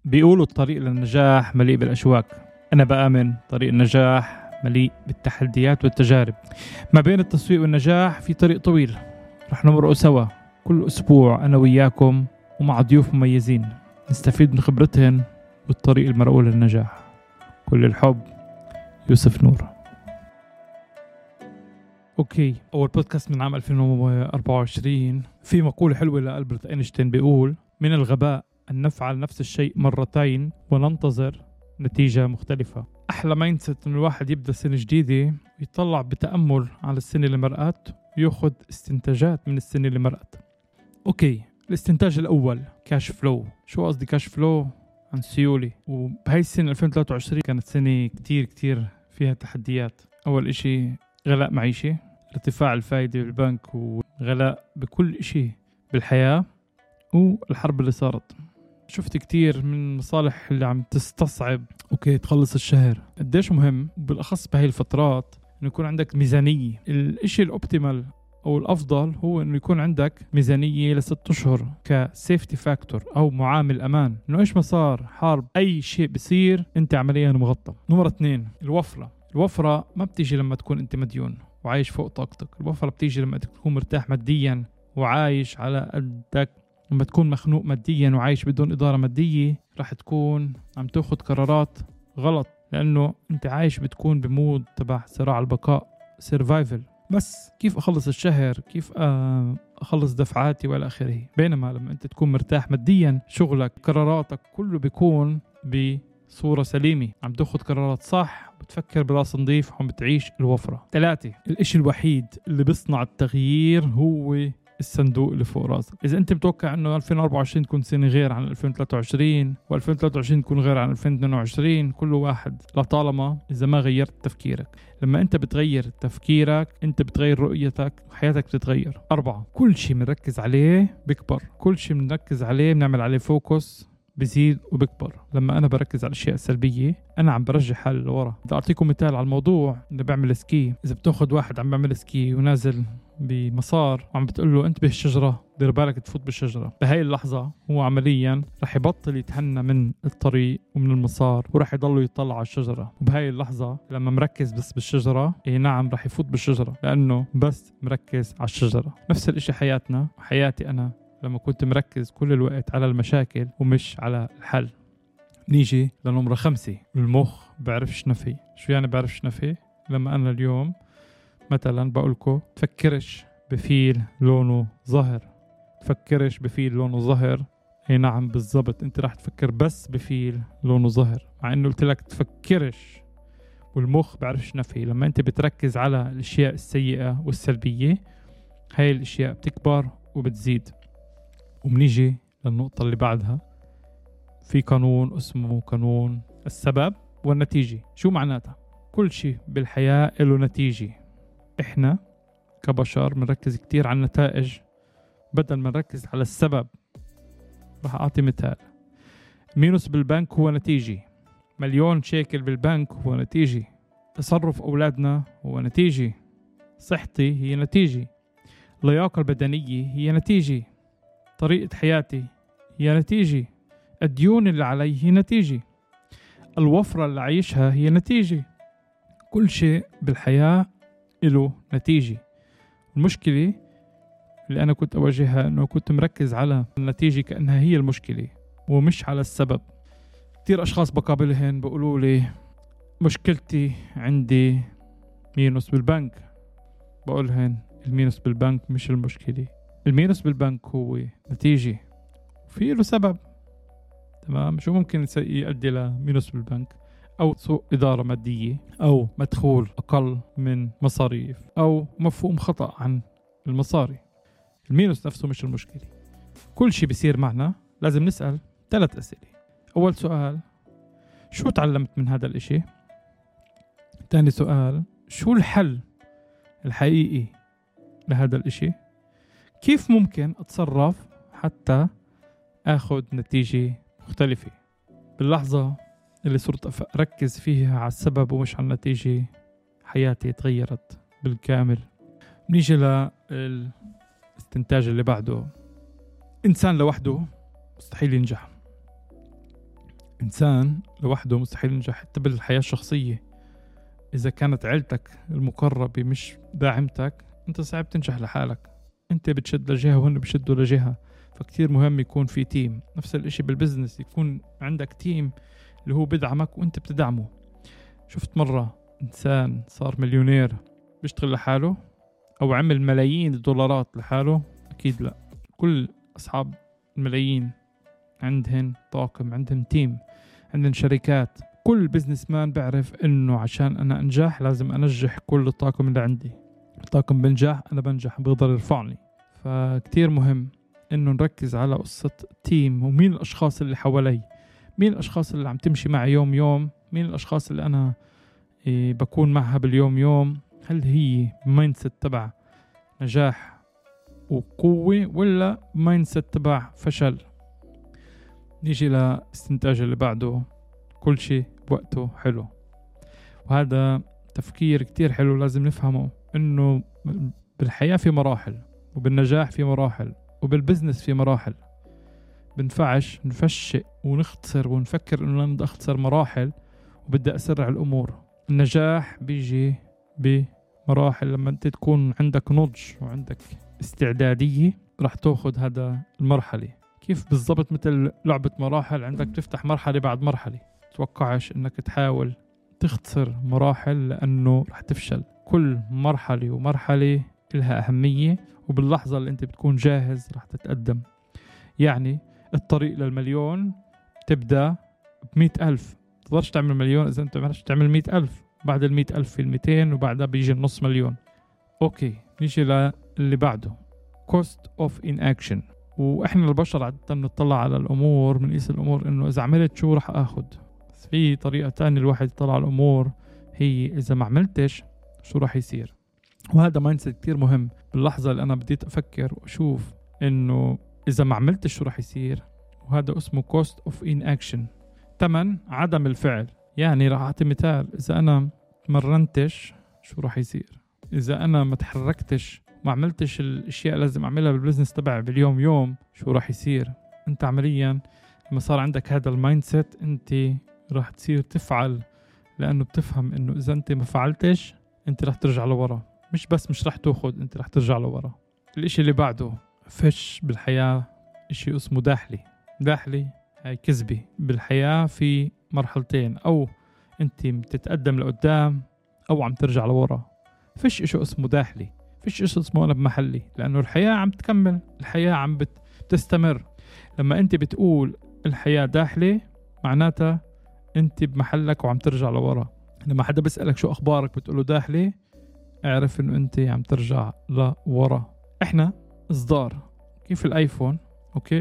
بيقولوا الطريق للنجاح مليء بالأشواك. أنا بآمن طريق النجاح مليء بالتحديات والتجارب. ما بين التسويق والنجاح في طريق طويل رح نمرقه سوا كل أسبوع أنا وياكم ومع ضيوف مميزين نستفيد من خبرتهم والطريق المرؤول للنجاح. كل الحب، يوسف نور. أوكي، أول بودكاست من عام 2024. في مقولة حلوة لألبرت أينشتاين بيقول: من الغباء أن نفعل نفس الشيء مرتين وننتظر نتيجة مختلفة. أحلى مايندسيت إن الواحد يبدأ سنة جديدة يطلع بتأمل على السنة اللي مرقت ويأخذ استنتاجات من السنة اللي مرقت. أوكي، الاستنتاج الأول كاش فلو. شو قصدي كاش فلو؟ عن سيولة. وبهاي السنة 2023 كانت سنة كتير فيها تحديات. أول إشي غلاء معيشة، ارتفاع الفائدة بالبنك وغلاء بكل إشي بالحياة، والحرب اللي صارت. شفت كتير من مصالح اللي عم تستصعب تخلص الشهر. قديش مهم بالأخص بهاي الفترات إنه يكون عندك ميزانية. الإشي الأوبتيمال أو الأفضل هو إنه يكون عندك ميزانية ل6 أشهر كسيفتي فاكتور أو معامل أمان، إنه إيش ما صار حرب أي شيء بصير أنت عمليا مغطى. نمرة 2 الوفرة ما بتيجي لما تكون أنت مديون وعايش فوق طاقتك. الوفرة بتيجي لما تكون مرتاح ماديا وعايش على قدك. لما تكون مخنوق ماديا وعايش بدون إدارة مادية راح تكون عم تاخد قرارات غلط، لأنه أنت عايش بتكون بمود تبع صراع البقاء، سيرفايفل. بس كيف أخلص الشهر، كيف أخلص دفعاتي وإلى آخره. بينما لما أنت تكون مرتاح ماديا، شغلك قراراتك كله بيكون بصورة سليمة، عم تاخد قرارات صح، بتفكر براس نظيف، وعم بتعيش الوفرة. 3 الإشي الوحيد اللي بيصنع التغيير هو الصندوق اللي فوق راسك. إذا أنت متوقع إنه 2024 تكون سنة غير عن 2023 و2023 تكون غير عن 2022، كل واحد لطالما إذا ما غيرت تفكيرك. لما أنت بتغير تفكيرك أنت بتغير رؤيتك وحياتك بتتغير. 4 كل شيء بنركز عليه بيكبر. كل شيء بنركز عليه بنعمل عليه فوكس بزيد وبكبر. لما أنا بركز على الأشياء السلبية أنا عم برجع حالي لورا. بدي أعطيكم مثال على الموضوع اللي بعمل سكي. إذا بتاخد واحد عم بعمل سكي ونازل بمسار وعم بتقول له انت بالشجرة دير بالك تفوت بالشجرة، بهاي اللحظة هو عمليا رح يبطل يتهنى من الطريق ومن المسار ورح يضل يطلع على الشجرة. وبهاي اللحظة لما مركز بس بالشجرة نعم رح يفوت بالشجرة لأنه بس مركز على الشجرة. نفس الاشي حياتنا وحياتي أنا لما كنت مركز كل الوقت على المشاكل ومش على الحل. نيجي لنمرة 5 المخ بعرفش نفي. شو يعني بعرفش نفي؟ لما أنا اليوم مثلا بقولكو تفكرش بفيل لونه ظهر، تفكرش بفيل لونه ظهر، اي نعم بالضبط انت راح تفكر بس بفيل لونه ظهر، مع انه قلت لك تفكرش. والمخ بعرفش نفي. لما انت بتركز على الاشياء السيئة والسلبية هاي الاشياء بتكبر وبتزيد. وبنيجي للنقطة اللي بعدها. في قانون اسمه قانون السبب والنتيجة. شو معناتها؟ كل شيء بالحياة له نتيجة. احنا كبشر بنركز كتير على النتائج بدل ما نركز على السبب. راح اعطي مثال. مينوس بالبنك هو نتيجة، مليون شيكل بالبنك هو نتيجة، تصرف اولادنا هو نتيجة، صحتي هي نتيجة، اللياقة البدنية هي نتيجة، طريقة حياتي هي نتيجة، الديون اللي علي هي نتيجة، الوفرة اللي عايشها هي نتيجة. كل شيء بالحياة له نتيجة. المشكلة اللي أنا كنت أواجهها أنه كنت مركز على النتيجة كأنها هي المشكلة ومش على السبب. كتير أشخاص بقابلهن بقولوا لي مشكلتي عندي مينوس بالبنك. بقولهن المينوس بالبنك مش المشكلة، المينوس بالبنك هو نتيجة وفي له سبب. تمام؟ شو ممكن يؤدي لمينوس بالبنك؟ أو سوء إدارة مادية، أو مدخول أقل من مصاريف، أو مفهوم خطأ عن المصاري. المينوس نفسه مش المشكلة. كل شيء بيصير معنا لازم نسأل 3 أسئلة. أول سؤال شو تعلمت من هذا الإشي؟ تاني سؤال شو الحل الحقيقي لهذا الإشي؟ كيف ممكن أتصرف حتى أخذ نتيجة مختلفة؟ باللحظة اللي صرت أركز فيها على السبب ومش على النتيجة حياتي تغيرت بالكامل. نيجي للاستنتاج اللي بعده. إنسان لوحده مستحيل ينجح. إنسان لوحده مستحيل ينجح حتى بالحياة الشخصية. إذا كانت عيلتك المقربة مش داعمتك أنت صعب تنجح لحالك. أنت بتشد لجهة وهن بشدوا لجهة. فكتير مهم يكون في تيم. نفس الاشي بالبزنس، يكون عندك تيم اللي هو بدعمك وانت بتدعمه. شفت مرة إنسان صار مليونير بيشتغل لحاله أو عمل ملايين الدولارات لحاله؟ أكيد لا. كل أصحاب الملايين عندهن طاقم، عندهن تيم، عندهن شركات. كل بزنس مان بعرف إنه عشان أنا أنجح لازم أنجح كل الطاقم اللي عندي. الطاقم بنجح أنا بنجح، بيقدر يرفعني. فكتير مهم إنه نركز على قصة تيم، ومين الأشخاص اللي حوالي، مين الأشخاص اللي عم تمشي معي يوم يوم، مين الأشخاص اللي أنا بكون معها باليوم يوم. هل هي مايندست تبع نجاح وقوة ولا مايندست تبع فشل؟ نيجي لاستنتاج اللي بعده. كل شيء بوقته حلو، وهذا تفكير كتير حلو لازم نفهمه. إنه بالحياة في مراحل، وبالنجاح في مراحل، وبالبزنس في مراحل. بنفعش نفشق ونختصر ونفكر إنه أنا بدي أختصر مراحل وبدي أسرع الأمور. النجاح بيجي بمراحل. لما أنت تكون عندك نضج وعندك استعدادية راح تأخذ هذا المرحلة. كيف بالضبط؟ مثل لعبة مراحل، عندك تفتح مرحلة بعد مرحلة. توقعش إنك تحاول تختصر مراحل لأنه راح تفشل. كل مرحلة ومرحلة لها أهمية، وباللحظة اللي أنت بتكون جاهز راح تتقدم. يعني الطريق للمليون تبدأ ب100,000. تقدرش تعمل مليون إذا أنت ما تعمل 100,000. بعد 100,000 في 200، وبعدها بيجي النص مليون. أوكي، نيجي للي بعده. cost of inaction. وإحنا البشر عادة نطلع على الأمور، بنقيس الأمور إنه إذا عملت شو رح أخد. بس في طريقة تانية الواحد يطلع على الأمور، هي إذا ما عملتش شو رح يصير. وهذا مايندسيت كتير مهم. باللحظة اللي أنا بديت أفكر وأشوف إنه إذا ما عملتش شو رح يصير، وهذا اسمه cost of inaction، تمن عدم الفعل. يعني راح أعطي مثال. إذا أنا تمرنتش شو رح يصير؟ إذا أنا ما تحركتش ما عملتش الاشياء لازم اعملها بالبزنس تبعي باليوم يوم، شو راح يصير؟ انت عمليا لما صار عندك هذا المايند سيت انت راح تصير تفعل، لانه بتفهم انه اذا انت ما فعلتش انت راح ترجع لورا. مش راح تاخذ، انت راح ترجع لورا. الاشي اللي بعده فش بالحياة اشي اسمه داحلي. هاي كذبة. بالحياة في مرحلتين، او انت بتتقدم لقدام او عم ترجع لورا. فش اشي اسمه داحلي، فيش إيش اسمه أنا بمحلي، لأنه الحياة عم تكمل، الحياة عم بتستمر. لما أنت بتقول الحياة داخلة معناتها أنت بمحلك وعم ترجع لورا. لما حدا بيسألك شو أخبارك بتقوله داخلة، اعرف أنه أنت عم ترجع لورا. إحنا إصدار كيف الآيفون، أوكي،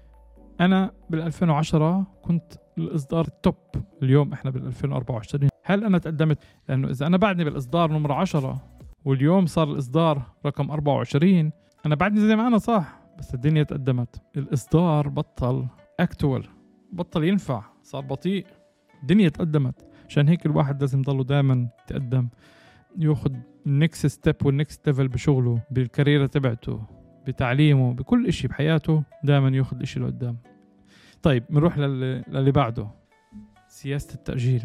أنا بال2010 كنت الإصدار التوب. اليوم إحنا بال2024. هل أنا تقدمت؟ لأنه إذا أنا بعدني بالإصدار نمرة 10 واليوم صار الإصدار رقم 24، أنا بعدني زي ما أنا صح، بس الدنيا تقدمت. الإصدار بطل أكتوال، بطل ينفع، صار بطيء. الدنيا تقدمت. عشان هيك الواحد لازم يضله دائما يتقدم، يأخذ النكست ستيب والنكست ليفل بشغله، بالكاريرة تبعته، بتعليمه، بكل إشي بحياته، دائما يأخذ إشي لقدام. طيب نروح للي بعده. سياسة التأجيل.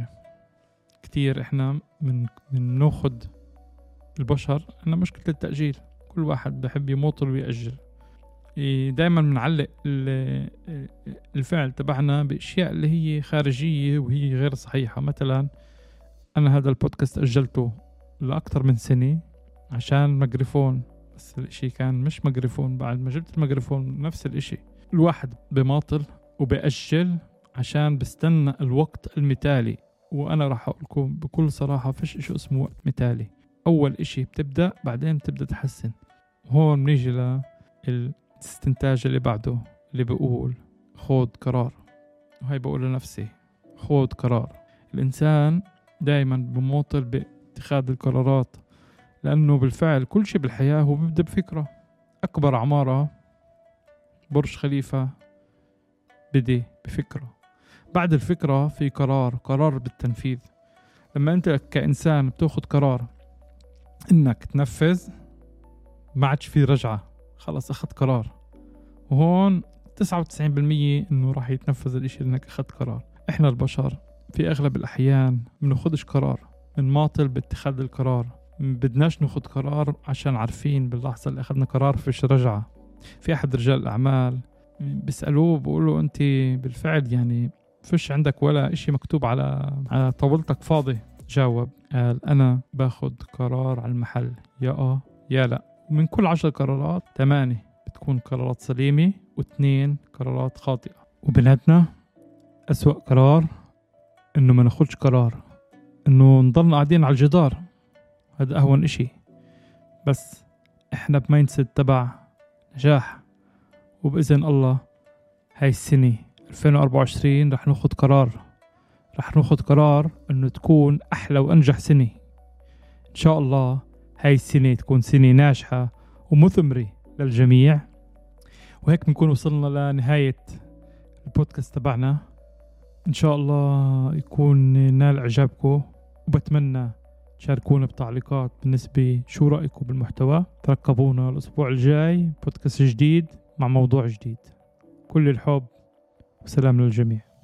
كتير إحنا من نأخذ البشر أنا مشكلة التأجيل. كل واحد بحب يموطل ويأجل. دايما بنعلق الفعل تبعنا بأشياء اللي هي خارجية وهي غير صحيحة. مثلا أنا هذا البودكاست أجلته لأكثر من سنة عشان ميكروفون، بس الاشي كان مش ميكروفون. بعد ما جبت الميكروفون نفس الاشي. الواحد بماطل وبأجل عشان بستنى الوقت المثالي. وأنا راح أقولكم بكل صراحة فيش إشي اسمه وقت مثالي. أول إشي بتبدأ، بعدين بتبدأ تحسن. هون بنيجي للاستنتاج اللي بعده، اللي بيقول خود قرار. وهي بقول لنفسي خود قرار. الإنسان دايما بموطل باتخاذ القرارات، لأنه بالفعل كل شيء بالحياة هو بيبدأ بفكرة. أكبر عمارة برج خليفة بدي بفكرة، بعد الفكرة في قرار بالتنفيذ. لما أنت كإنسان بتأخذ قرار إنك تنفذ، ما عادش في رجعة، خلاص أخذت قرار. وهون 99% إنه راح يتنفذ الإشي لأنك أخذت قرار. إحنا البشر في أغلب الأحيان مناخدش قرار، منماطل باتخاذ القرار، بدناش ناخد قرار عشان عارفين باللحظة اللي أخذنا قرار فيش رجعة. في أحد رجال الأعمال بيسألوه بيقولوا أنت بالفعل يعني فيش عندك ولا إشي مكتوب على طاولتك فاضي؟ جاوب قال أنا باخد قرار على المحل، يا يا لا. من كل 10 قرارات 8 بتكون قرارات سليمة و2 قرارات خاطئة. وبيناتنا أسوأ قرار إنه ما ناخدش قرار، إنه نضلنا قاعدين على الجدار، هذا أهون إشي. بس إحنا بمايندسيت تبع نجاح، وبإذن الله هاي السنة 2024 رح ناخد قرار إنه تكون أحلى وأنجح سنة إن شاء الله. هاي السنة تكون سنة ناجحة ومثمرة للجميع. وهيك بنكون وصلنا لنهاية البودكاست تبعنا. إن شاء الله يكون نال إعجابكم، وبتمنى تشاركونا بتعليقات بالنسبة شو رأيكم بالمحتوى. ترقبونا الأسبوع الجاي بودكاست جديد مع موضوع جديد. كل الحب وسلام للجميع.